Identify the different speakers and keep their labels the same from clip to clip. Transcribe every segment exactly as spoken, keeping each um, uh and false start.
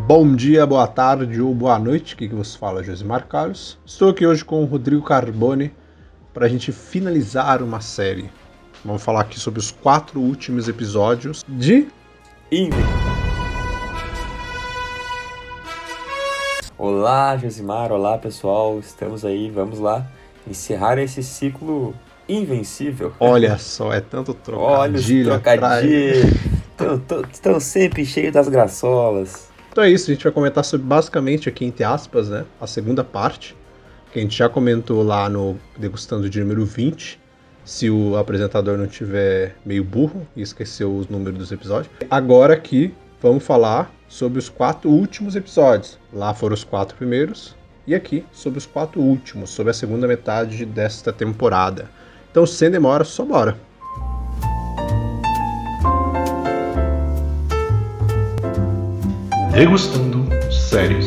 Speaker 1: Bom dia, boa tarde ou boa noite, aqui que você fala, Josimar Carlos. Estou aqui hoje com o Rodrigo Carbone para a gente finalizar uma série. Vamos falar aqui sobre os quatro últimos episódios de
Speaker 2: Inven. Olá, Josimar, olá pessoal, estamos aí, vamos lá encerrar esse ciclo invencível.
Speaker 1: Olha só, é tanto trocadilho.
Speaker 2: Olha os trocadilhos, estão sempre cheios das graçolas.
Speaker 1: Então é isso, a gente vai comentar sobre basicamente aqui, entre aspas, né, a segunda parte, que a gente já comentou lá no Degustando de número vinte, se o apresentador não tiver meio burro e esqueceu os números dos episódios. Agora aqui, vamos falar sobre os quatro últimos episódios. Lá foram os quatro primeiros, e aqui sobre os quatro últimos, sobre a segunda metade desta temporada. Então, sem demora, só bora! Degustando séries.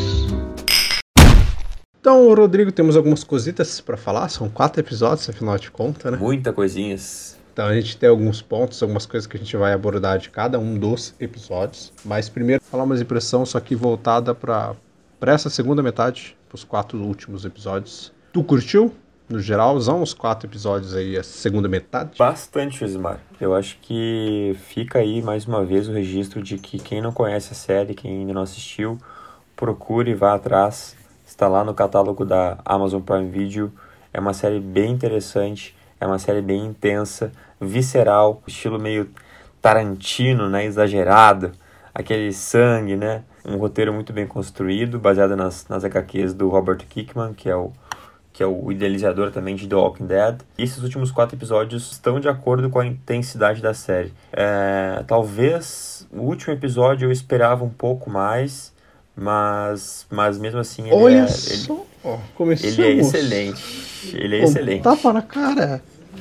Speaker 1: Então, Rodrigo, temos algumas cositas para falar. São quatro episódios, afinal de contas, né?
Speaker 2: Muita coisinhas.
Speaker 1: Então, a gente tem alguns pontos, algumas coisas que a gente vai abordar de cada um dos episódios. Mas primeiro, falar umas impressões, só que voltada para essa segunda metade, para os quatro últimos episódios. Tu curtiu? No geral, são os quatro episódios aí, a segunda metade?
Speaker 2: Bastante, Josimar. Eu acho que fica aí, mais uma vez, o registro de que quem não conhece a série, quem ainda não assistiu, procure e vá atrás. Está lá no catálogo da Amazon Prime Video. É uma série bem interessante, é uma série bem intensa, visceral, estilo meio Tarantino, né, exagerado, aquele sangue, né? Um roteiro muito bem construído, baseado nas, nas H Qs do Robert Kirkman, que é o que é o idealizador também de The Walking Dead. E esses últimos quatro episódios estão de acordo com a intensidade da série. É, talvez o último episódio eu esperava um pouco mais, mas, mas mesmo assim ele
Speaker 1: Olha
Speaker 2: é,
Speaker 1: só,
Speaker 2: ele,
Speaker 1: começamos.
Speaker 2: ele é excelente. Ele é
Speaker 1: Com
Speaker 2: excelente.
Speaker 1: Tapa na cara.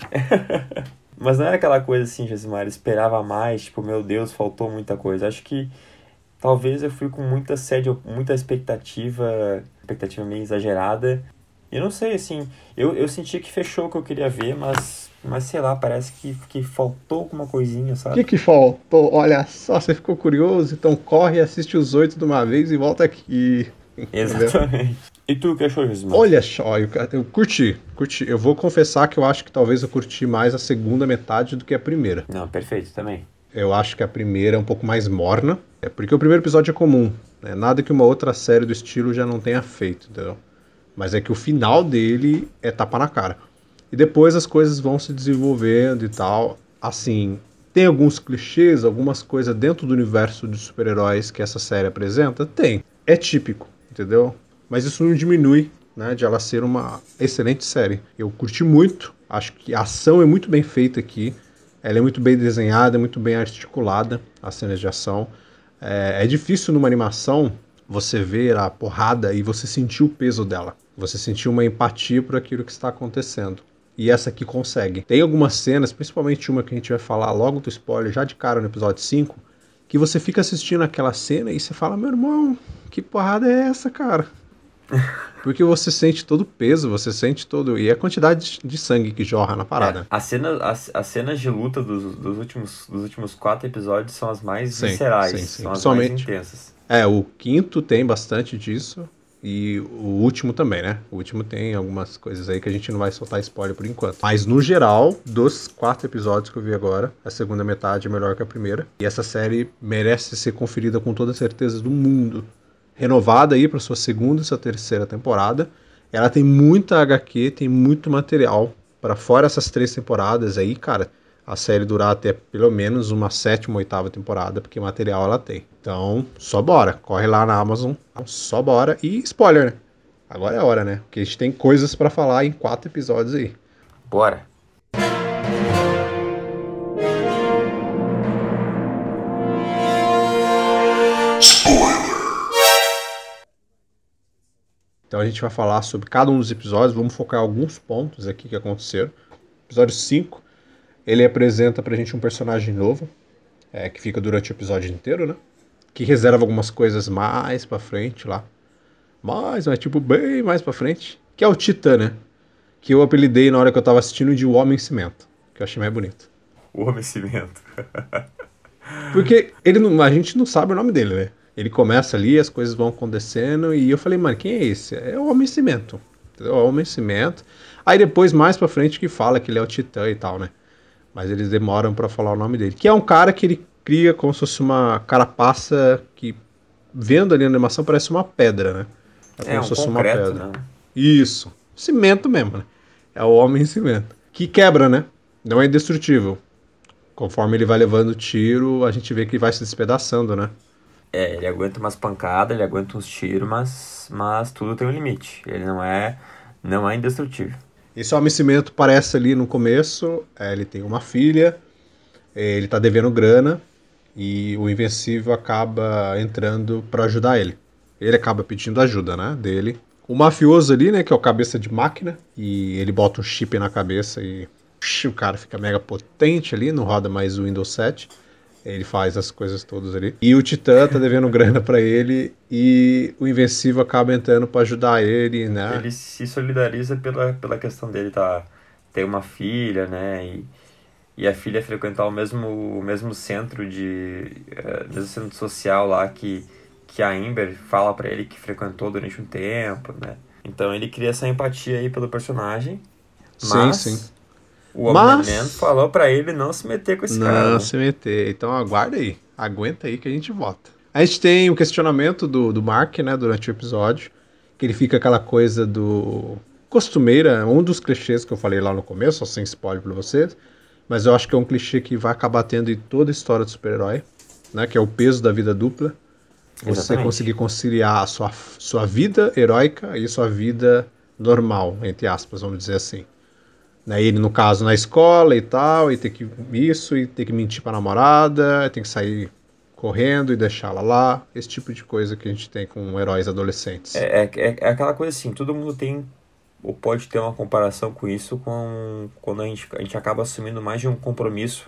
Speaker 2: Mas não era aquela coisa assim, Josimar, esperava mais, tipo, meu Deus, faltou muita coisa. Acho que talvez eu fui com muita sede, muita expectativa, expectativa meio exagerada. Eu não sei, assim, eu, eu senti que fechou o que eu queria ver, mas, mas sei lá, parece que, que faltou alguma coisinha,
Speaker 1: O
Speaker 2: sabe?
Speaker 1: que que faltou? Olha só, você ficou curioso? Então corre, assiste os oito de uma vez e volta aqui.
Speaker 2: Exatamente. E tu, o que achou, Josimar?
Speaker 1: Olha só, eu, eu curti, curti. Eu vou confessar que eu acho que talvez eu curti mais a segunda metade do que a primeira.
Speaker 2: Não, perfeito, também.
Speaker 1: Eu acho que a primeira é um pouco mais morna, é porque o primeiro episódio é comum, né? Nada que uma outra série do estilo já não tenha feito, entendeu? Mas é que o final dele é tapa na cara. E depois as coisas vão se desenvolvendo e tal. Assim, tem alguns clichês, algumas coisas dentro do universo de super-heróis que essa série apresenta? Tem. É típico, entendeu? Mas isso não diminui, né, de ela ser uma excelente série. Eu curti muito. Acho que a ação é muito bem feita aqui. Ela é muito bem desenhada, é muito bem articulada, as cenas de ação. É, é difícil numa animação você ver a porrada e você sentir o peso dela. Você sentir uma empatia por aquilo que está acontecendo. E essa aqui consegue. Tem algumas cenas, principalmente uma que a gente vai falar logo do spoiler, já de cara no episódio cinco, que você fica assistindo aquela cena e você fala, meu irmão, que porrada é essa, cara? Porque você sente todo o peso, você sente todo... E a quantidade de sangue que jorra na parada.
Speaker 2: É, a cena, as, as cenas de luta dos, dos, últimos, dos últimos quatro episódios são as mais
Speaker 1: Sim,
Speaker 2: viscerais,
Speaker 1: sim, sim.
Speaker 2: são as
Speaker 1: Somente.
Speaker 2: mais intensas.
Speaker 1: É, o quinto tem bastante disso. E o último também, né? O último tem algumas coisas aí que a gente não vai soltar spoiler por enquanto. Mas no geral, dos quatro episódios que eu vi agora, a segunda metade é melhor que a primeira. E essa série merece ser conferida com toda a certeza do mundo. Renovada aí para sua segunda e sua terceira temporada. Ela tem muita H Q, tem muito material. Para fora essas três temporadas aí, cara, a série durar até pelo menos uma sétima ou oitava temporada, porque material ela tem. Então, só bora. Corre lá na Amazon, só bora. E spoiler, né? Agora é a hora, né? Porque a gente tem coisas pra falar em quatro episódios aí.
Speaker 2: Bora.
Speaker 1: Spoiler. Então a gente vai falar sobre cada um dos episódios. Vamos focar em alguns pontos aqui que aconteceram. Episódio cinco. Ele apresenta pra gente um personagem novo, é, que fica durante o episódio inteiro, né? Que reserva algumas coisas mais pra frente lá. Mais, mas tipo, bem mais pra frente. Que é o Titã, né? Que eu apelidei na hora que eu tava assistindo de O Homem Cimento. Que eu achei mais bonito.
Speaker 2: O Homem Cimento.
Speaker 1: Porque ele não, a gente não sabe o nome dele, né? Ele começa ali, as coisas vão acontecendo, e eu falei, mano, quem é esse? É o Homem Cimento. Entendeu? É o Homem Cimento. Aí depois, mais pra frente, que fala que ele é o Titã e tal, né? Mas eles demoram pra falar o nome dele. Que é um cara que ele cria como se fosse uma carapaça que, vendo ali na animação, parece uma pedra, né? É
Speaker 2: É
Speaker 1: como se
Speaker 2: um
Speaker 1: fosse uma
Speaker 2: concreto,
Speaker 1: pedra.
Speaker 2: né?
Speaker 1: Isso. Cimento mesmo, né? É o Homem Cimento. Que quebra, né? Não é indestrutível. Conforme ele vai levando tiro, a gente vê que vai se despedaçando, né?
Speaker 2: É, ele aguenta umas pancadas, ele aguenta uns tiros, mas, mas tudo tem um limite. Ele não é, não é indestrutível.
Speaker 1: Esse Homem Cimento parece ali no começo, é, ele tem uma filha, é, ele tá devendo grana e o Invencível acaba entrando pra ajudar ele. Ele acaba pedindo ajuda, né, dele. O mafioso ali, né, que é o cabeça de máquina, e ele bota um chip na cabeça e o cara fica mega potente ali, não roda mais o Windows sete. Ele faz as coisas todas ali. E o Titã tá devendo grana pra ele e o Invencível acaba entrando pra ajudar ele, né?
Speaker 2: Ele se solidariza pela, pela questão dele tá, ter uma filha, né? E, e a filha frequentar o mesmo, o mesmo centro de. eh, mesmo centro social lá que, que a Amber fala pra ele que frequentou durante um tempo, né? Então ele cria essa empatia aí pelo personagem,
Speaker 1: Sim, sim.
Speaker 2: mas o Omni-Man
Speaker 1: Mas
Speaker 2: falou pra ele não se meter com esse cara,
Speaker 1: não
Speaker 2: né?
Speaker 1: se meter. Então aguarda aí. Aguenta aí que a gente volta. A gente tem o questionamento do, do Mark, né, durante o episódio. Que ele fica aquela coisa do costumeira, um dos clichês que eu falei lá no começo, só sem spoiler pra vocês. Mas eu acho que é um clichê que vai acabar tendo em toda a história do super-herói, né? Que é o peso da vida dupla. Você
Speaker 2: Exatamente.
Speaker 1: conseguir conciliar a sua, sua vida heróica e sua vida normal, entre aspas, vamos dizer assim. Né, ele, no caso, na escola e tal, e ter que isso, e ter que mentir pra namorada, tem que sair correndo e deixá-la lá. Esse tipo de coisa que a gente tem com heróis adolescentes.
Speaker 2: É, é, é é aquela coisa assim, todo mundo tem ou pode ter uma comparação com isso com quando a gente, a gente acaba assumindo mais de um compromisso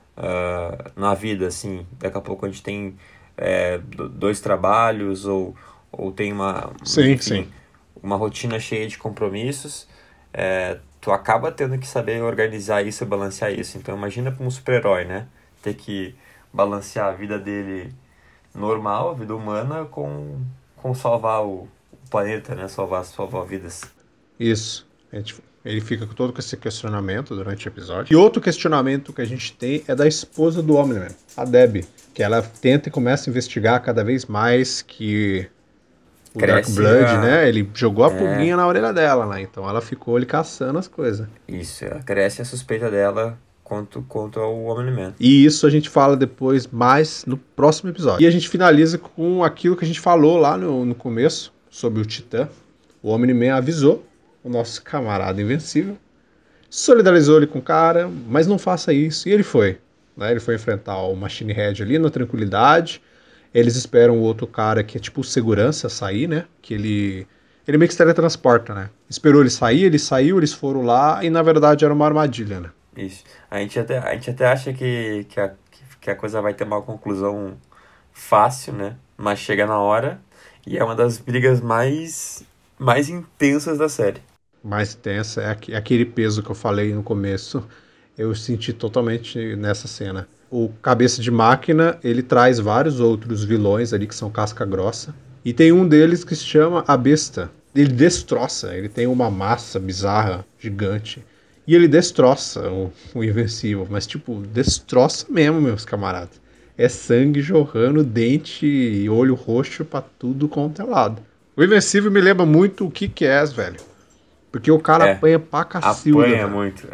Speaker 2: ah, na vida, assim. Daqui a pouco a gente tem é, do- dois trabalhos ou, ou tem uma,
Speaker 1: Sim, sim.
Speaker 2: enfim, uma rotina cheia de compromissos. É, tu acaba tendo que saber organizar isso e balancear isso. Então imagina para um super-herói, né? Ter que balancear a vida dele normal, a vida humana, com, com salvar o, o planeta, né? Salvar, salvar vidas.
Speaker 1: Isso. A gente, ele fica com todo esse questionamento durante o episódio. E outro questionamento que a gente tem é da esposa do Omni-Man, a Debbie. Que ela tenta e começa a investigar cada vez mais que o Dark
Speaker 2: Cresce
Speaker 1: Blood,
Speaker 2: a.
Speaker 1: né? Ele jogou a
Speaker 2: É,
Speaker 1: pulguinha na orelha dela, né? Então ela ficou ali caçando as coisas.
Speaker 2: isso, ela cresce a suspeita dela quanto, quanto ao Omni-Man.
Speaker 1: E isso a gente fala depois mais no próximo episódio. E a gente finaliza com aquilo que a gente falou lá no, no começo, sobre o Titã. O Omni-Man avisou o nosso camarada invencível, solidarizou ele com o cara, mas não faça isso. E ele foi. Né? Ele foi enfrentar o Machine Head ali na tranquilidade. Eles esperam o outro cara que é tipo segurança sair, né? Que ele. Ele meio que se teletransporta, né? Esperou ele sair, ele saiu, eles foram lá e na verdade era uma armadilha, né?
Speaker 2: Isso. A gente até, a gente até acha que, que, a, que a coisa vai ter uma conclusão fácil, né? Mas chega na hora e é uma das brigas mais, mais intensas da série.
Speaker 1: Mais tensa é aque- aquele peso que eu falei no começo. Eu senti totalmente nessa cena. O cabeça de máquina, ele traz vários outros vilões ali que são casca grossa. E tem um deles que se chama a Besta. Ele destroça, ele tem uma massa bizarra, gigante. E ele destroça o, o Invencível, mas tipo, destroça mesmo, meus camaradas. É sangue jorrando, dente e olho roxo pra tudo quanto é lado. O Invencível me lembra muito o Kick-Ass, velho. Porque o cara
Speaker 2: É,
Speaker 1: apanha pra cacilda,
Speaker 2: apanha
Speaker 1: velho.
Speaker 2: muito.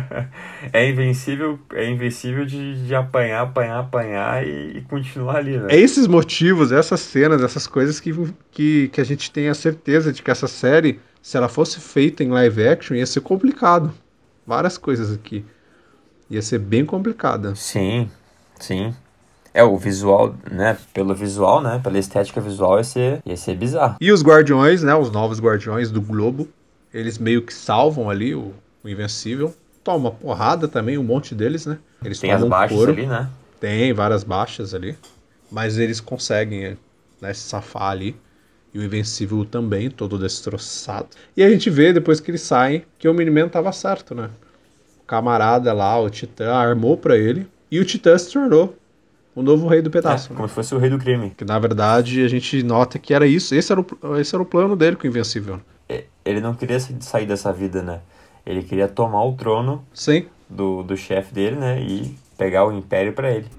Speaker 2: É invencível, é invencível de, de apanhar, apanhar, apanhar e, e continuar ali,
Speaker 1: É
Speaker 2: né?
Speaker 1: esses motivos, essas cenas, essas coisas que, que, que a gente tem a certeza de que essa série, se ela fosse feita em live action, ia ser complicado. Várias coisas aqui. Ia ser bem complicada.
Speaker 2: Sim, sim. É, o visual, né? Pelo visual, né? Pela estética visual ia ser, ia ser bizarro.
Speaker 1: E os Guardiões, né? Os novos Guardiões do Globo, eles meio que salvam ali o, o Invencível. Toma porrada também, um monte deles, né? Eles
Speaker 2: Tem as
Speaker 1: tomam um
Speaker 2: baixas
Speaker 1: couro.
Speaker 2: ali, né?
Speaker 1: Tem várias baixas ali. Mas eles conseguem, né, se safar ali. E o Invencível também, todo destroçado. E a gente vê, depois que eles saem, que o Miniman tava certo, né? O camarada lá, o Titã, armou pra ele. E o Titã se tornou o novo rei do
Speaker 2: É,
Speaker 1: pedaço.
Speaker 2: como
Speaker 1: Né?
Speaker 2: se fosse o rei do crime.
Speaker 1: Que na verdade a gente nota que era isso. Esse era o, esse era o plano dele com o Invencível.
Speaker 2: E- Ele não queria sa- sair dessa vida, né? Ele queria tomar o trono
Speaker 1: Sim.
Speaker 2: do, do chefe dele, né? E pegar o império pra ele.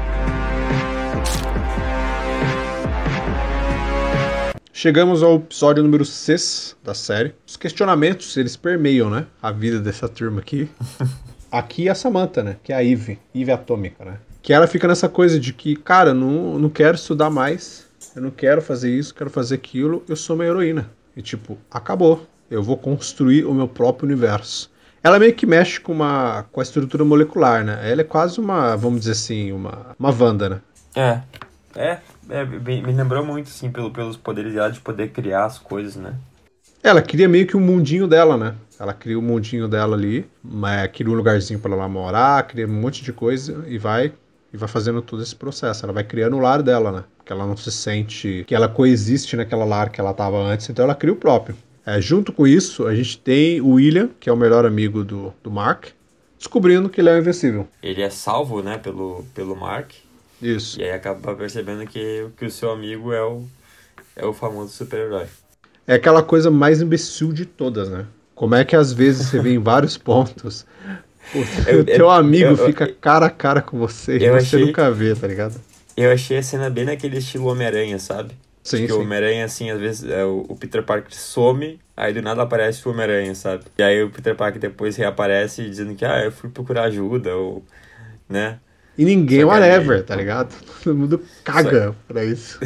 Speaker 1: Chegamos ao episódio número seis da série. Os questionamentos, eles permeiam, né? A vida dessa turma aqui. Aqui é a Samantha, né? Que é a Eve. Eve Atômica, né? Que ela fica nessa coisa de que, cara, não, não quero estudar mais. Eu não quero fazer isso, quero fazer aquilo. Eu sou uma heroína. E tipo, acabou. Eu vou construir o meu próprio universo. Ela meio que mexe com, uma, com a estrutura molecular, né? Ela é quase uma, vamos dizer assim, uma, uma Wanda, né?
Speaker 2: É, é, é bem- me lembrou muito, assim, pelo, pelos poderes dela de poder criar as coisas, né?
Speaker 1: Ela cria meio que um mundinho dela, né? Ela cria o mundinho dela ali, mas cria um lugarzinho pra ela lá morar, cria um monte de coisa e vai e vai fazendo todo esse processo. Ela vai criando o lar dela, né? Porque ela não se sente que ela coexiste naquela lar que ela tava antes, então ela cria o próprio. É, junto com isso, a gente tem o William, que é o melhor amigo do, do Mark, descobrindo que ele é invencível.
Speaker 2: Ele é salvo, né, pelo, pelo Mark,
Speaker 1: Isso.
Speaker 2: e aí acaba percebendo que, que o seu amigo é o, é o famoso super-herói.
Speaker 1: É aquela coisa mais imbecil de todas, né? Como é que às vezes você vê em vários pontos o
Speaker 2: Eu-
Speaker 1: teu
Speaker 2: eu-
Speaker 1: amigo
Speaker 2: eu-
Speaker 1: fica cara a cara com você e
Speaker 2: eu
Speaker 1: você
Speaker 2: achei-
Speaker 1: nunca vê, tá ligado?
Speaker 2: Eu achei a cena bem naquele estilo Homem-Aranha, sabe?
Speaker 1: Sim,
Speaker 2: que o
Speaker 1: sim.
Speaker 2: Homem-Aranha, assim, às vezes é, o, o Peter Parker some, aí do nada aparece o Homem-Aranha, sabe? E aí o Peter Parker depois reaparece dizendo que, ah, eu fui procurar ajuda, ou, né?
Speaker 1: E ninguém
Speaker 2: Só que
Speaker 1: whatever,
Speaker 2: ali-
Speaker 1: tá ligado? Todo mundo caga pra isso.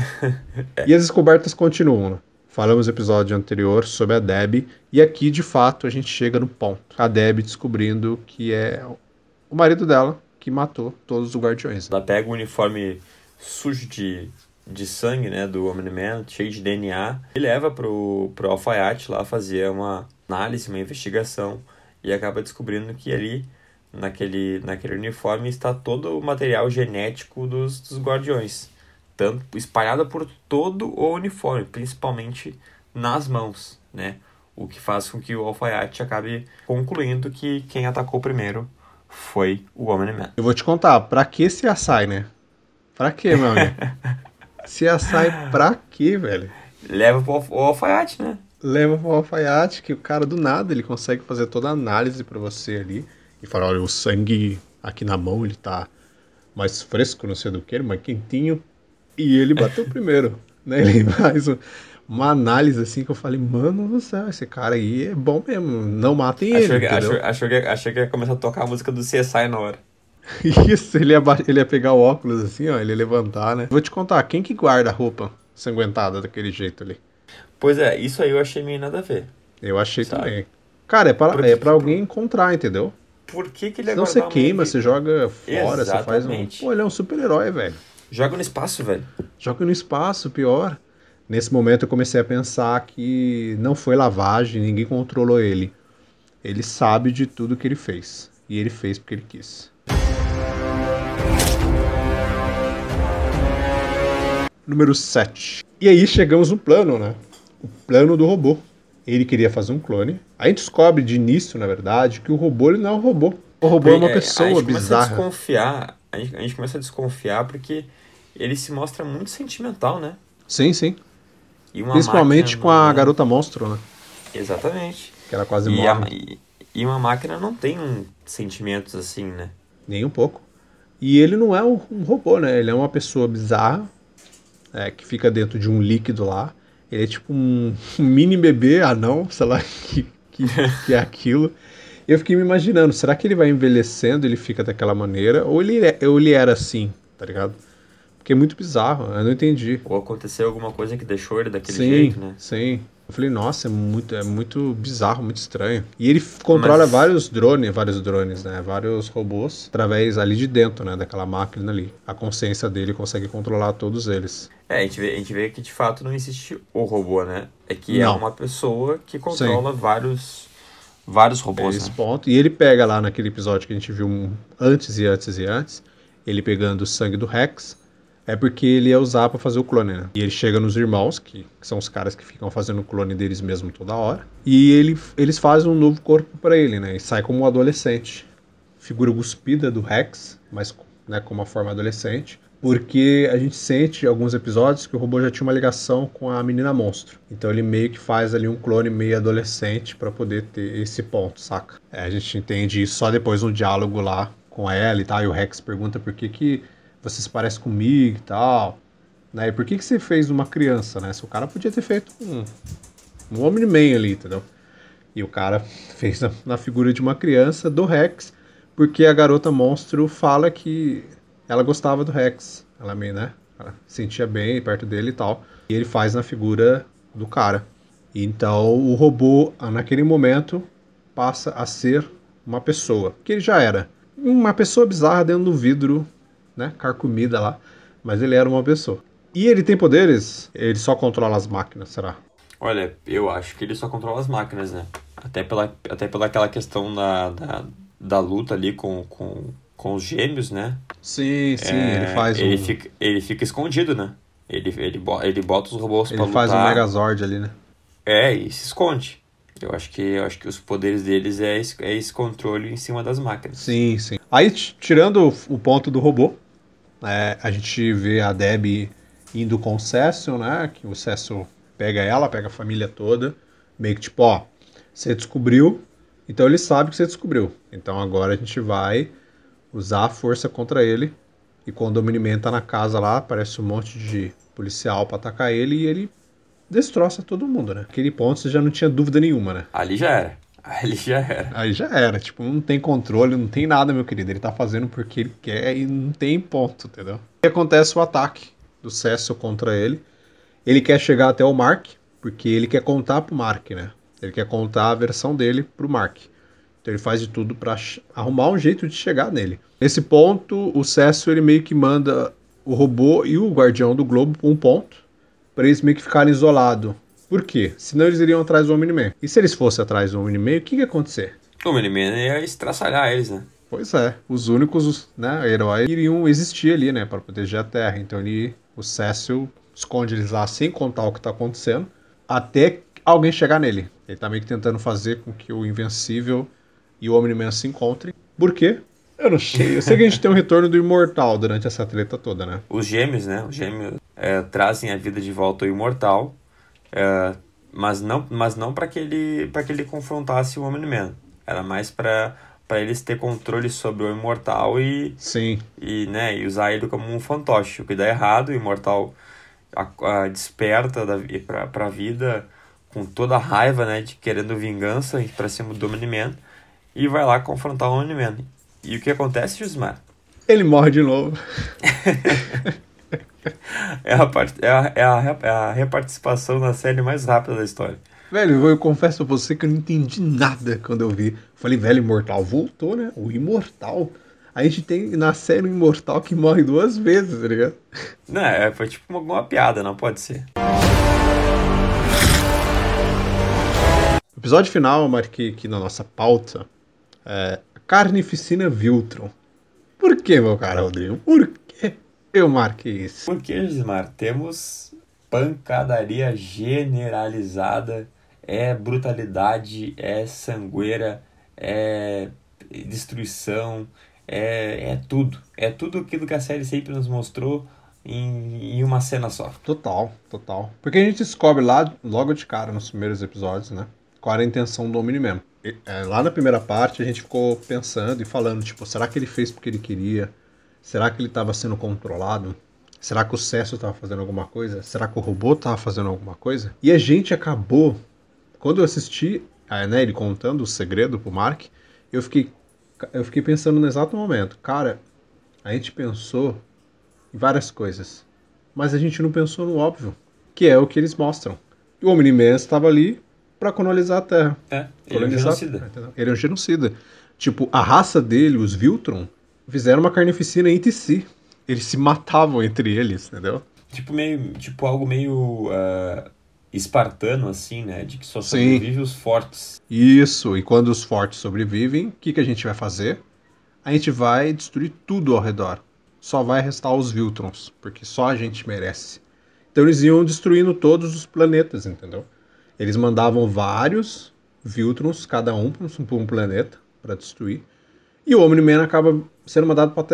Speaker 1: E as descobertas continuam, né? Falamos no episódio anterior sobre a Debbie, e aqui, de fato, a gente chega no ponto. A Debbie descobrindo que é o marido dela que matou todos os guardiões.
Speaker 2: Ela pega o uniforme sujo de, de sangue, né, do Omni-Man, cheio de D N A, e leva pro, pro alfaiate lá fazer uma análise, uma investigação, e acaba descobrindo que ali, naquele, naquele uniforme, está todo o material genético dos, dos guardiões. Tanto espalhado por todo o uniforme, principalmente nas mãos, né? O que faz com que o alfaiate acabe concluindo que quem atacou primeiro foi o Omni-Man.
Speaker 1: Eu vou te contar, pra que esse açaí, né? Pra que, meu amigo? Esse açaí pra quê, velho?
Speaker 2: Leva pro alf- o alfaiate, né?
Speaker 1: Leva pro alfaiate, que o cara do nada, ele consegue fazer toda a análise pra você ali. E fala, olha, o sangue aqui na mão, ele tá mais fresco, não sei do que, mais quentinho. E ele bateu primeiro, né? Ele faz um- uma análise assim que eu falei, mano do céu, esse cara aí é bom mesmo, não matem ele,
Speaker 2: Achou que,
Speaker 1: entendeu?
Speaker 2: achou, achou, que, achou que ia começar a tocar a música do C S I na hora.
Speaker 1: Isso, ele ia, ba- ele ia pegar o óculos assim, ó, ele ia levantar, né? Vou te contar, quem que guarda a roupa sanguentada daquele jeito ali?
Speaker 2: Pois é, isso aí eu achei meio nada a ver.
Speaker 1: Eu achei
Speaker 2: Sabe?
Speaker 1: também. Cara, é pra,
Speaker 2: Por
Speaker 1: é
Speaker 2: que
Speaker 1: pra
Speaker 2: que-
Speaker 1: alguém encontrar, entendeu?
Speaker 2: Por que que ele ia
Speaker 1: Senão você
Speaker 2: guardar uma
Speaker 1: queima,
Speaker 2: evi-
Speaker 1: você joga fora, você faz um...
Speaker 2: Exatamente.
Speaker 1: Pô, ele é um super-herói, velho.
Speaker 2: Joga no espaço, velho.
Speaker 1: Joga no espaço, pior. Nesse momento eu comecei a pensar que não foi lavagem, ninguém controlou ele. Ele sabe de tudo que ele fez. E ele fez porque ele quis. Número sete. E aí chegamos no plano, né? O plano do robô. Ele queria fazer um clone. A gente descobre de início, na verdade, que o robô ele não é um robô. O robô é uma
Speaker 2: a
Speaker 1: pessoa
Speaker 2: gente começa a
Speaker 1: bizarra.
Speaker 2: desconfiar, a gente, a gente começa a desconfiar porque ele se mostra muito sentimental, né?
Speaker 1: Sim, sim.
Speaker 2: E uma
Speaker 1: Principalmente
Speaker 2: máquina
Speaker 1: com a
Speaker 2: não-
Speaker 1: garota monstro, né?
Speaker 2: Exatamente.
Speaker 1: Que ela quase
Speaker 2: E, a-
Speaker 1: morre.
Speaker 2: e- e uma máquina não tem um sentimentos assim, né?
Speaker 1: Nem um pouco. E ele não é um, um robô, né? Ele é uma pessoa bizarra, é, que fica dentro de um líquido lá. Ele é tipo um, um mini bebê anão, sei lá que, que, que é aquilo. Eu fiquei me imaginando, será que ele vai envelhecendo, ele fica daquela maneira? Ou ele, é- ou ele era assim, tá ligado? Porque é muito bizarro, eu não entendi.
Speaker 2: Ou aconteceu alguma coisa que deixou ele daquele
Speaker 1: Sim,
Speaker 2: jeito, né?
Speaker 1: sim. Eu falei, nossa, é muito, é muito bizarro, muito estranho. E ele f- controla
Speaker 2: Mas-
Speaker 1: vários drones, vários drones, né? Vários robôs, através ali de dentro, né? Daquela máquina ali. A consciência dele consegue controlar todos eles.
Speaker 2: É, a gente, vê, a gente vê que de fato não existe o robô, né? É que é
Speaker 1: Não.
Speaker 2: uma pessoa que controla vários, vários robôs,
Speaker 1: Esse
Speaker 2: né?
Speaker 1: ponto. E ele pega lá naquele episódio que a gente viu um antes e antes e antes, ele pegando o sangue do Rex, é porque ele ia usar pra fazer o clone, né? E ele chega nos irmãos, que, que são os caras que ficam fazendo o clone deles mesmo toda hora, e ele, eles fazem um novo corpo pra ele, né? E sai como um adolescente. Figura cuspida do Rex, mas né, com uma forma adolescente, porque a gente sente em alguns episódios que o robô já tinha uma ligação com a menina monstro. Então ele meio que faz ali um clone meio adolescente para poder ter esse ponto, saca? É, a gente entende isso só depois no diálogo lá com ela e tal, e o Rex pergunta por que que você se parece comigo e tal, né? E por que que você fez uma criança, né? Se o cara podia ter feito um, um Omni-Man ali, entendeu? E o cara fez na, na figura de uma criança do Rex, porque a garota monstro fala que ela gostava do Rex. Ela meio, né? Ela sentia bem perto dele e tal. E ele faz na figura do cara. Então o robô, naquele momento, passa a ser uma pessoa. Que ele já era. Uma pessoa bizarra dentro do vidro, né? Carcomida lá. Mas ele era uma pessoa. E ele tem poderes? Ele só controla as máquinas, será?
Speaker 2: Olha, eu acho que ele só controla as máquinas, né? Até pela, até pela aquela questão da, da, da luta ali com, com, com os gêmeos, né?
Speaker 1: Sim, sim,
Speaker 2: É,
Speaker 1: ele faz
Speaker 2: ele
Speaker 1: um...
Speaker 2: Fica, ele fica escondido, né? Ele, ele, bo- ele bota os robôs
Speaker 1: Ele
Speaker 2: pra
Speaker 1: faz um
Speaker 2: lutar.
Speaker 1: Megazord ali, né?
Speaker 2: É, e se esconde. Eu acho que, eu acho que os poderes deles é esse, é esse controle em cima das máquinas.
Speaker 1: Sim, sim. Aí, t- tirando o, o ponto do robô, é, a gente vê a Debbie indo com o Cecil, né? Que o Cecil pega ela, pega a família toda. Meio que tipo, ó, você descobriu, então ele sabe que você descobriu. Então agora a gente vai usar a força contra ele. E quando o Omni-Man tá na casa lá, aparece um monte de policial pra atacar ele e ele destroça todo mundo, né? Naquele ponto você já não tinha dúvida nenhuma, né?
Speaker 2: Ali já era. Ali já era.
Speaker 1: Aí já era, tipo, não tem controle, não tem nada, meu querido. Ele tá fazendo porque ele quer e não tem ponto, entendeu? E acontece o ataque do Cecil contra ele. Ele quer chegar até o Mark, porque ele quer contar pro Mark, né? Ele quer contar a versão dele pro Mark. Então ele faz de tudo pra ch- arrumar um jeito de chegar nele. Nesse ponto, o Cecil, ele meio que manda o robô e o Guardião do Globo pra um ponto, pra eles meio que ficarem isolados. Por quê? Senão eles iriam atrás do Omni-Man. E se eles fossem atrás do Omni-Man, o que que ia acontecer?
Speaker 2: O Miniman ia estraçalhar eles, né?
Speaker 1: Pois é, os únicos, né, heróis iriam existir ali, né, para proteger a Terra. Então ele, o Cecil esconde eles lá sem contar o que tá acontecendo, até alguém chegar nele. Ele tá meio que tentando fazer com que o Invencível e o Omni-Man se encontrem. Por quê? Eu não sei. Eu sei que a gente tem um retorno do Imortal durante essa treta toda, né?
Speaker 2: Os gêmeos, né? Os gêmeos é, trazem a vida de volta ao Imortal, é, mas não, mas não para que ele, para que ele confrontasse o Omni-Man. Era mais para para eles ter controle sobre o Imortal e,
Speaker 1: Sim.
Speaker 2: e, né, e usar ele como um fantoche. O que dá errado, o Imortal a, a, desperta para a vida com toda a raiva, né, de querendo vingança para cima do Omni-Man e vai lá confrontar o Omni-Man. E o que acontece, Jusmar?
Speaker 1: Ele morre de novo.
Speaker 2: É a, part... é, a, é, a, é a reparticipação na série mais rápida da história.
Speaker 1: Velho, eu confesso pra você que eu não entendi nada quando eu vi. Falei, velho, Imortal voltou, né? O Imortal. A gente tem na série um Imortal que morre duas vezes, tá ligado?
Speaker 2: Não, é, foi tipo uma, uma piada, não pode ser.
Speaker 1: O episódio final eu marquei aqui na nossa pauta é Carnificina Viltron. Por que, meu cara Rodrigo? Por que eu marquei isso?
Speaker 2: Porque, Gismar, temos pancadaria generalizada, é brutalidade, é sangueira, é destruição, é, é tudo. É tudo aquilo que a série sempre nos mostrou em, em uma cena só.
Speaker 1: Total, total. Porque a gente descobre lá, logo de cara, nos primeiros episódios, né? Qual era a intenção do Omni-Man. E, é, lá na primeira parte a gente ficou pensando e falando, tipo, será que ele fez porque ele queria? Será que ele estava sendo controlado? Será que o Cecil estava fazendo alguma coisa? Será que o robô estava fazendo alguma coisa? E a gente acabou, quando eu assisti, é, né, ele contando o segredo pro Mark, eu fiquei, eu fiquei pensando no exato momento. Cara, a gente pensou em várias coisas, mas a gente não pensou no óbvio, que é o que eles mostram. E o Omni-Man estava ali para colonizar a Terra.
Speaker 2: É, ele é um genocida.
Speaker 1: Ele é um genocida. Tipo, a raça dele, os Viltron, fizeram uma carnificina entre si. Eles se matavam entre eles, entendeu?
Speaker 2: Tipo, meio, tipo algo meio uh, espartano, assim, né? De que só sobrevivem os fortes.
Speaker 1: Isso, e quando os fortes sobrevivem, o que, que a gente vai fazer? A gente vai destruir tudo ao redor. Só vai restar os Viltrons, porque só a gente merece. Então eles iam destruindo todos os planetas, entendeu? Eles mandavam vários Viltrons, cada um para um planeta, para destruir. E o Omni-Man acaba sendo mandado para a Terra.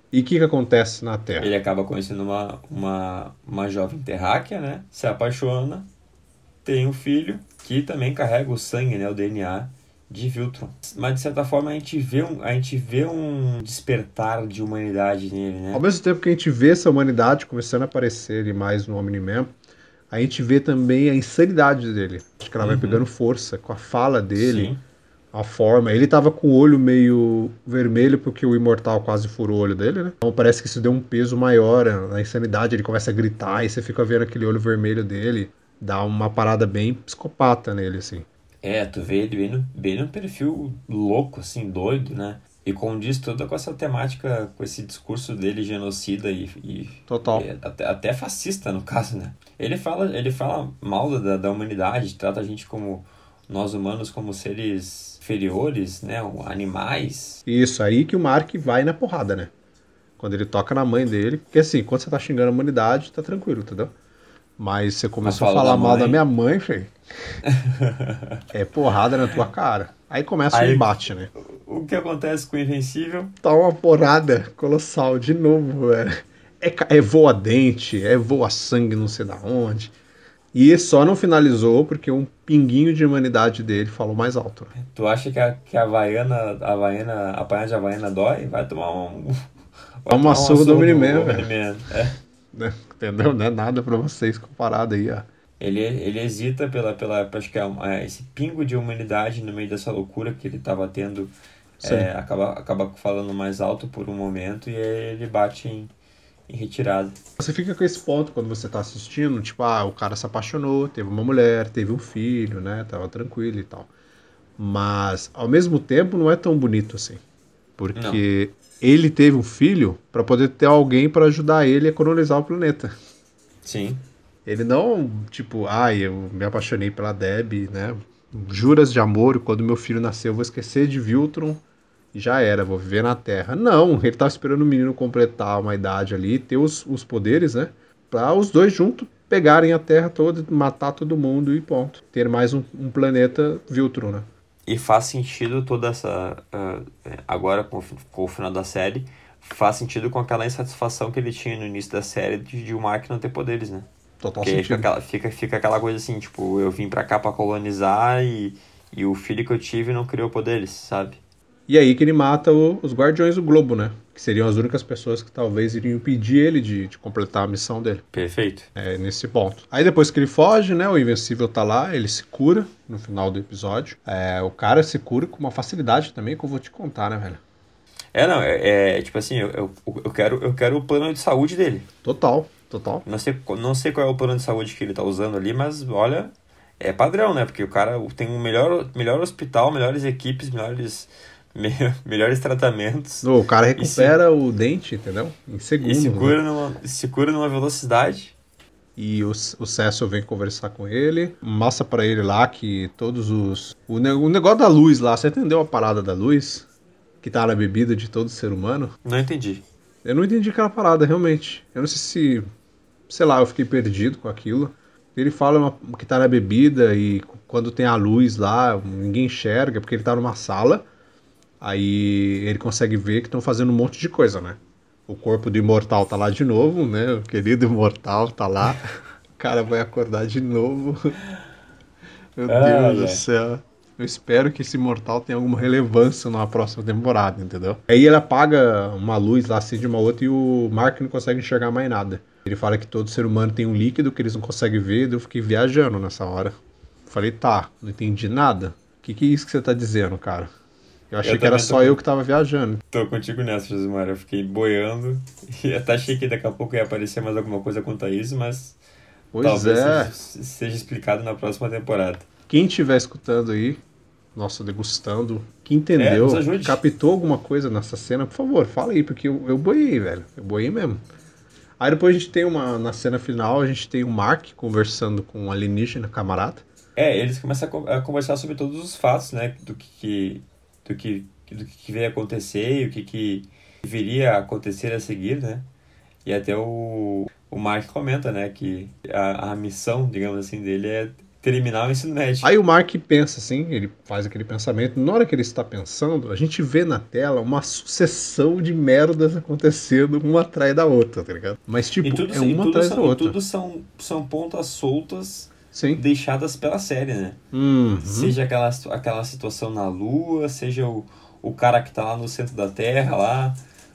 Speaker 1: E o que, que acontece na Terra?
Speaker 2: Ele acaba conhecendo uma, uma, uma jovem terráquea, né? Se apaixona, tem um filho que também carrega o sangue, né? O D N A de Viltron. Mas de certa forma a gente vê um, a gente vê um despertar de humanidade nele,
Speaker 1: Ao
Speaker 2: né?
Speaker 1: mesmo tempo que a gente vê essa humanidade começando a aparecer ali mais no Omni-Man, a gente vê também a insanidade dele. Acho que ela vai
Speaker 2: Uhum.
Speaker 1: pegando força com a fala dele,
Speaker 2: Sim.
Speaker 1: a forma. Ele tava com o olho meio vermelho porque o Imortal quase furou o olho dele, né? Então parece que isso deu um peso maior na insanidade. Ele começa a gritar e você fica vendo aquele olho vermelho dele. Dá uma parada bem psicopata nele, assim.
Speaker 2: É, tu vê ele bem no, bem no perfil louco, assim, doido, né? E condiz toda com essa temática, com esse discurso dele genocida e, e,
Speaker 1: Total.
Speaker 2: e até, até fascista, no caso, né? Ele fala, ele fala mal da, da humanidade, trata a gente como, nós humanos, como seres inferiores, né? Animais.
Speaker 1: Isso aí que o Mark vai na porrada, né? Quando ele toca na mãe dele. Porque assim, quando você tá xingando a humanidade, tá tranquilo, entendeu? Mas você
Speaker 2: Mas
Speaker 1: começou a
Speaker 2: falou da
Speaker 1: falar mal da
Speaker 2: mãe.
Speaker 1: minha mãe, filho. É porrada na tua cara. Aí começa o
Speaker 2: Aí,
Speaker 1: embate, né?
Speaker 2: o que acontece com o Invencível?
Speaker 1: Tá uma porrada colossal de novo, velho. É, ca- é voa dente, é voa sangue não sei da onde. E só não finalizou porque um pinguinho de humanidade dele falou mais alto, né?
Speaker 2: Tu acha que a, que a Havaiana, a Havaiana, a panha de Havaiana dói? Vai tomar um,
Speaker 1: Dá
Speaker 2: vai
Speaker 1: uma
Speaker 2: tomar uma
Speaker 1: surra do
Speaker 2: surra do
Speaker 1: Omni-Man, velho.
Speaker 2: Omni-Man. É.
Speaker 1: Né? Entendeu? Não é nada pra vocês comparado aí, ó.
Speaker 2: Ele, ele hesita pela, pela, acho que é, um- é esse pingo de humanidade no meio dessa loucura que ele estava tendo,
Speaker 1: Sim.
Speaker 2: é, acaba, acaba falando mais alto por um momento e aí ele bate em, em retirada.
Speaker 1: Você fica com esse ponto quando você tá assistindo, tipo, ah, o cara se apaixonou, teve uma mulher, teve um filho, né? Tava tranquilo e tal. Mas, ao mesmo tempo, não é tão bonito assim.
Speaker 2: Não,
Speaker 1: Porque ele teve um filho pra poder ter alguém pra ajudar ele a colonizar o planeta.
Speaker 2: sim,
Speaker 1: Ele não, tipo, ai, eu me apaixonei pela Debbie, né? Juras de amor, quando meu filho nasceu, eu vou esquecer de Viltron e já era, vou viver na Terra. Não, ele tava esperando o menino completar uma idade ali, ter os, os poderes, né? Pra os dois juntos pegarem a Terra toda, matar todo mundo e ponto. Ter mais um, um planeta Viltron, né?
Speaker 2: e faz sentido toda essa. ah, é, agora com, o fi- com o final da série, faz sentido com aquela insatisfação que ele tinha no início da série de, de o Mark não ter poderes, né?
Speaker 1: Total
Speaker 2: Porque aí fica
Speaker 1: sentido.
Speaker 2: aquela, fica, fica aquela coisa assim, tipo, eu vim pra cá pra colonizar e, e o filho que eu tive não criou poderes, sabe?
Speaker 1: E aí que ele mata o- os Guardiões do Globo, né? Que seriam as únicas pessoas que talvez iriam impedir ele de, de completar a missão dele.
Speaker 2: Perfeito.
Speaker 1: É, nesse ponto. Aí depois que ele foge, né? O Invencível tá lá, ele se cura no final do episódio. É, o cara se cura com uma facilidade também que eu vou te contar, né, velho?
Speaker 2: É, não, é, é, tipo assim, eu, eu, eu quero, eu quero o plano de saúde dele.
Speaker 1: Total, total.
Speaker 2: Não sei, não sei qual é o plano de saúde que ele tá usando ali, mas olha, é padrão, né? Porque o cara tem o melhor, melhor hospital, melhores equipes, melhores, me- melhores tratamentos
Speaker 1: O cara
Speaker 2: e se,
Speaker 1: recupera o dente, entendeu? Em
Speaker 2: e se
Speaker 1: segundos, né?
Speaker 2: cura numa, se cura numa velocidade.
Speaker 1: E o, o Cecil vem conversar com ele, mostra pra ele lá que todos os. O, ne- o negócio da luz lá, você entendeu a parada da luz? Que tá na bebida de todo ser humano?
Speaker 2: Não entendi.
Speaker 1: Eu não entendi aquela parada, realmente. Eu não sei se. Sei lá, eu fiquei perdido com aquilo. Ele fala uma- que tá na bebida e quando tem a luz lá, ninguém enxerga, porque ele tá numa sala. Aí ele consegue ver que estão fazendo um monte de coisa, né? O corpo do imortal tá lá de novo, né? O querido imortal tá lá. O cara vai acordar de novo. Meu Deus
Speaker 2: Ai,
Speaker 1: do
Speaker 2: ai.
Speaker 1: céu. Eu espero que esse imortal tenha alguma relevância na próxima temporada, entendeu? Aí ele apaga uma luz lá, acende uma outra e o Mark não consegue enxergar mais nada. Ele fala que todo ser humano tem um líquido que eles não conseguem ver, daí eu fiquei viajando nessa hora. Falei, tá, não entendi nada. O que, que é isso que você tá dizendo, cara? Eu achei
Speaker 2: Eu
Speaker 1: que era
Speaker 2: também tô,
Speaker 1: só eu
Speaker 2: con-
Speaker 1: que tava viajando.
Speaker 2: tô contigo nessa, Josimar. Eu fiquei boiando e até achei que daqui a pouco ia aparecer mais alguma coisa quanto a isso, mas
Speaker 1: Pois
Speaker 2: talvez seja,
Speaker 1: é.
Speaker 2: seja explicado na próxima temporada.
Speaker 1: Quem estiver escutando aí, nossa, degustando, que
Speaker 2: É, nos
Speaker 1: entendeu,
Speaker 2: ajude.
Speaker 1: captou alguma coisa nessa cena, por favor, fala aí, porque eu, eu boiei, velho. Eu boiei mesmo. Aí depois a gente tem uma, na cena final, a gente tem o Mark conversando com um alienígena camarada.
Speaker 2: É, eles começam a con- a conversar sobre todos os fatos, né? Do que, do que, do que veio acontecer e o que, que viria a acontecer a seguir, né? E até o, o Mark comenta, né? Que a, a missão, digamos assim, dele é terminar o ensino médio.
Speaker 1: Aí o Mark pensa assim, ele faz aquele pensamento. Na hora que ele está pensando, a gente vê na tela uma sucessão de merdas acontecendo uma atrás da outra, tá ligado? Mas tipo,
Speaker 2: E tudo,
Speaker 1: é
Speaker 2: e
Speaker 1: uma
Speaker 2: tudo
Speaker 1: atrás
Speaker 2: são,
Speaker 1: da
Speaker 2: e
Speaker 1: outra.
Speaker 2: tudo são, são pontas soltas
Speaker 1: Sim.
Speaker 2: deixadas pela série, né?
Speaker 1: Uhum.
Speaker 2: Seja aquela, aquela situação na Lua, seja o, o cara que tá lá no centro da Terra, lá.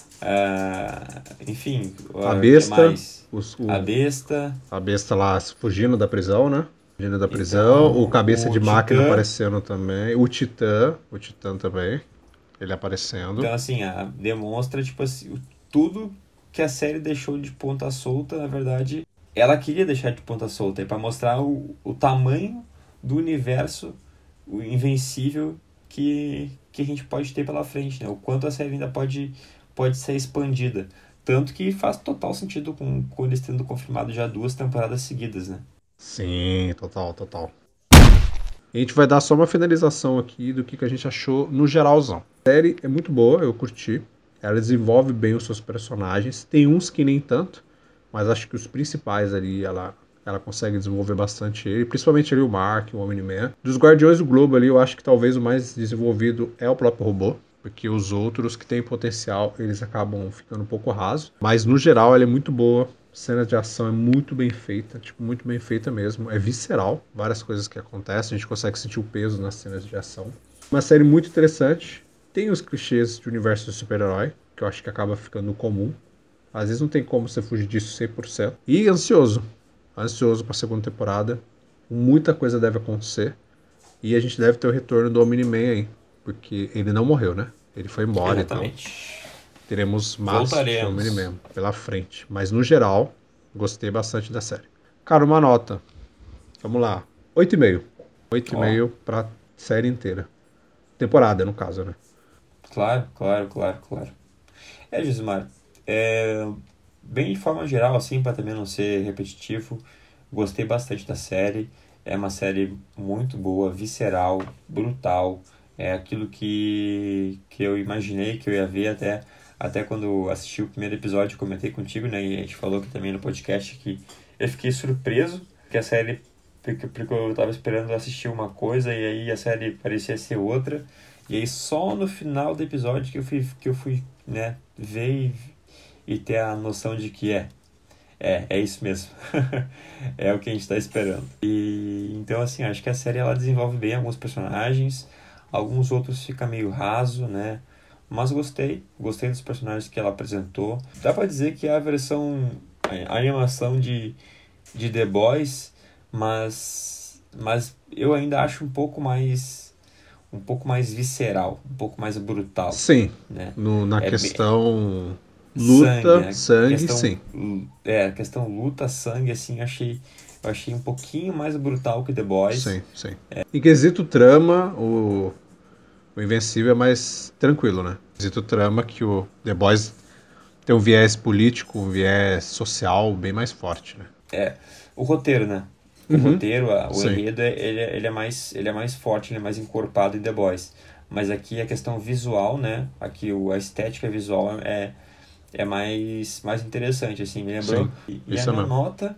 Speaker 2: ah, enfim,
Speaker 1: A
Speaker 2: o que
Speaker 1: besta,
Speaker 2: mais?
Speaker 1: os- o-
Speaker 2: A besta.
Speaker 1: a besta lá fugindo da prisão, né? Fugindo da prisão.
Speaker 2: Então,
Speaker 1: O cabeça
Speaker 2: o
Speaker 1: de máquina
Speaker 2: Titã.
Speaker 1: aparecendo também. O Titã, o Titã também, ele aparecendo.
Speaker 2: Então, assim, a, demonstra, tipo assim, o- tudo que a série deixou de ponta solta, na verdade, ela queria deixar de ponta solta, é pra mostrar o, o tamanho do universo, o invencível que, que a gente pode ter pela frente, né? O quanto a série ainda pode, pode ser expandida. Tanto que faz total sentido com, com eles tendo confirmado já duas temporadas seguidas, né?
Speaker 1: Sim, total, total. E a gente vai dar só uma finalização aqui do que, que a gente achou no geralzão. A série é muito boa, eu curti. Ela desenvolve bem os seus personagens. Tem uns que nem tanto, mas acho que os principais ali, ela, ela consegue desenvolver bastante ele. Principalmente ali o Mark, o Omni-Man. Dos Guardiões do Globo ali, eu acho que talvez o mais desenvolvido é o próprio robô. Porque os outros que têm potencial, eles acabam ficando um pouco rasos. Mas no geral, ela é muito boa. Cena de ação é muito bem feita, tipo, muito bem feita mesmo. É visceral, várias coisas que acontecem, a gente consegue sentir o peso nas cenas de ação. Uma série muito interessante. Tem os clichês de universo de super-herói, que eu acho que acaba ficando comum. Às vezes não tem como você fugir disso cem por cento. E ansioso. Ansioso para a segunda temporada. Muita coisa deve acontecer. E a gente deve ter o retorno do Omni-Man aí. Porque ele não morreu, né? Ele foi embora,
Speaker 2: Exatamente.
Speaker 1: então teremos mais de
Speaker 2: Voltaremos.
Speaker 1: Omni-Man pela frente. Mas no geral, gostei bastante da série. Cara, uma nota. Vamos lá. oito e meio. oito e meio pra série inteira. Temporada, no caso, né?
Speaker 2: Claro, claro, claro, claro. É, Gismar, é, bem de forma geral, assim, para também não ser repetitivo, gostei bastante da série. É uma série muito boa, visceral, brutal. É aquilo que, que eu imaginei que eu ia ver até, até quando assisti o primeiro episódio, comentei contigo, né? E a gente falou aqui também no podcast que eu fiquei surpreso que a série, porque, porque eu tava esperando assistir uma coisa e aí a série parecia ser outra. E aí só no final do episódio que eu fui, que eu fui né, ver e, e ter a noção de que é. É, é isso mesmo. É o que a gente tá esperando. E então, assim, acho que a série ela desenvolve bem alguns personagens, alguns outros fica meio raso, né? Mas gostei, gostei dos personagens que ela apresentou. Dá pra dizer que é a versão, a animação de, de The Boys, mas, mas eu ainda acho um pouco mais um pouco mais visceral, um pouco mais brutal.
Speaker 1: Sim.
Speaker 2: Né?
Speaker 1: No, na
Speaker 2: É
Speaker 1: questão luta,
Speaker 2: sangue,
Speaker 1: sangue,
Speaker 2: questão,
Speaker 1: sim.
Speaker 2: É, a questão luta, sangue, assim, achei, eu achei um pouquinho mais brutal que The Boys.
Speaker 1: Sim, sim. É. Em quesito trama, o, o Invencível é mais tranquilo, né? Em quesito trama que o The Boys tem um viés político, um viés social bem mais forte, né?
Speaker 2: É, o roteiro, né? O
Speaker 1: Uhum.
Speaker 2: roteiro, a, o
Speaker 1: Sim.
Speaker 2: enredo, ele, é- ele, é mais, ele é mais forte, ele é mais encorpado em The Boys. Mas aqui a questão visual, né? Aqui o, a estética visual é, é mais, mais interessante, assim, me lembrou.
Speaker 1: Sim,
Speaker 2: E, e a
Speaker 1: isso é
Speaker 2: minha
Speaker 1: mesmo.
Speaker 2: nota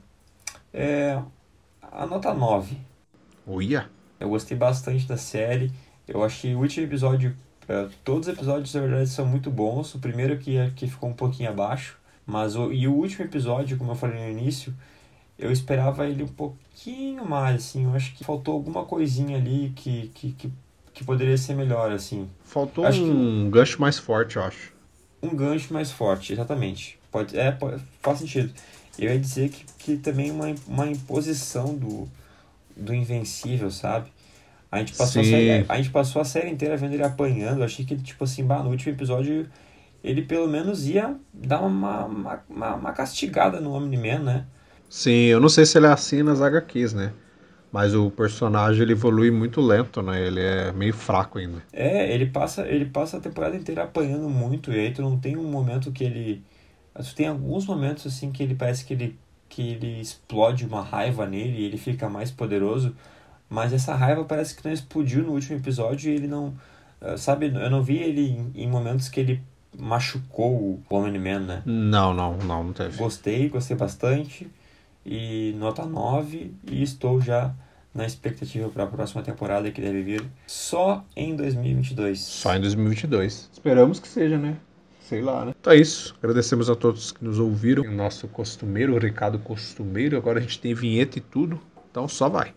Speaker 2: é a nota nove.
Speaker 1: Uia!
Speaker 2: Eu gostei bastante da série. Eu achei o último episódio. eh, todos os episódios, na verdade, são muito bons. O primeiro que, que ficou um pouquinho abaixo. Mas o, e o último episódio, como eu falei no início, eu esperava ele um pouquinho mais, assim. Eu acho que faltou alguma coisinha ali que, que, que, que poderia ser melhor, assim.
Speaker 1: Faltou
Speaker 2: Acho que
Speaker 1: um gancho mais forte, eu acho.
Speaker 2: um gancho mais forte, exatamente. Pode, é, pode, faz sentido. Eu ia dizer que, que também uma, uma imposição do, do Invencível, sabe? A gente, passou a, série,
Speaker 1: Sim,
Speaker 2: a gente passou a série inteira vendo ele apanhando. Eu achei que, tipo assim, bah, no último episódio ele pelo menos ia dar uma, uma, uma, uma castigada no Omni-Man, né?
Speaker 1: sim, eu não sei se ele é assim nas H Qs, né? Mas o personagem ele evolui muito lento, né? Ele é meio fraco ainda.
Speaker 2: É, ele passa, ele passa a temporada inteira apanhando muito. E aí tu não tem um momento que ele... Tu tem alguns momentos, assim, que ele parece que ele, que ele explode uma raiva nele e ele fica mais poderoso. Mas essa raiva parece que não explodiu no último episódio e ele não... eh, Sabe, eu não vi ele em, em momentos que ele machucou o Omni-Man, né?
Speaker 1: Não, não, não, não teve.
Speaker 2: Gostei, gostei bastante. E nota nove e estou já na expectativa para a próxima temporada que deve vir só em dois mil e vinte e dois.
Speaker 1: Só em dois mil e vinte e dois. Esperamos que seja, né? Sei lá, né? Então é isso. Agradecemos a todos que nos ouviram. O nosso costumeiro, o recado costumeiro. Agora a gente tem vinheta e tudo. Então só vai.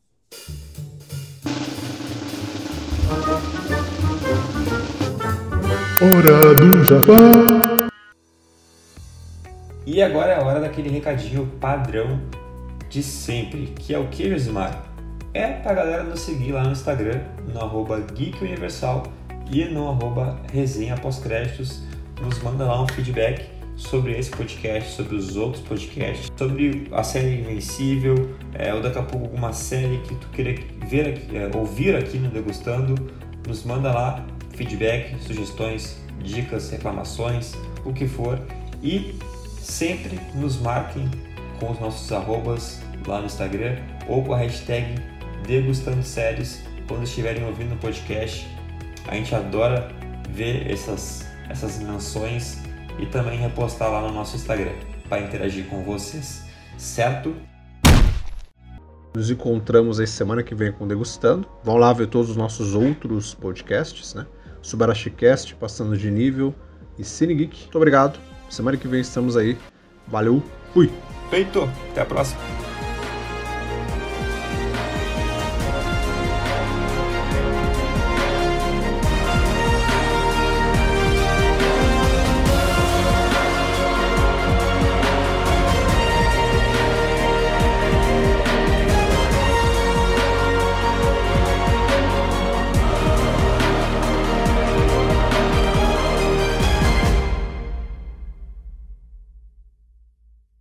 Speaker 3: Hora do Jabá!
Speaker 2: E agora é a hora daquele recadinho padrão de sempre, que é o que, Josimar? É pra galera nos seguir lá no Instagram, no arroba Geek Universal e no arroba Resenha Pós-Créditos. Nos manda lá um feedback sobre esse podcast, sobre os outros podcasts, sobre a série Invencível, é, ou daqui a pouco alguma série que tu queira ver aqui, é, ouvir aqui no Degustando. Nos manda lá feedback, sugestões, dicas, reclamações, o que for. E sempre nos marquem com os nossos arrobas lá no Instagram ou com a hashtag Degustando Séries quando estiverem ouvindo o podcast. A gente adora ver essas, essas menções e também repostar lá no nosso Instagram para interagir com vocês, certo?
Speaker 1: Nos encontramos aí semana que vem com o Degustando. Vão lá ver todos os nossos outros podcasts, né? Subarashicast, Passando de Nível e Cine Geek. Muito obrigado. Semana que vem estamos aí. Valeu, fui!
Speaker 2: Feito! Até a próxima!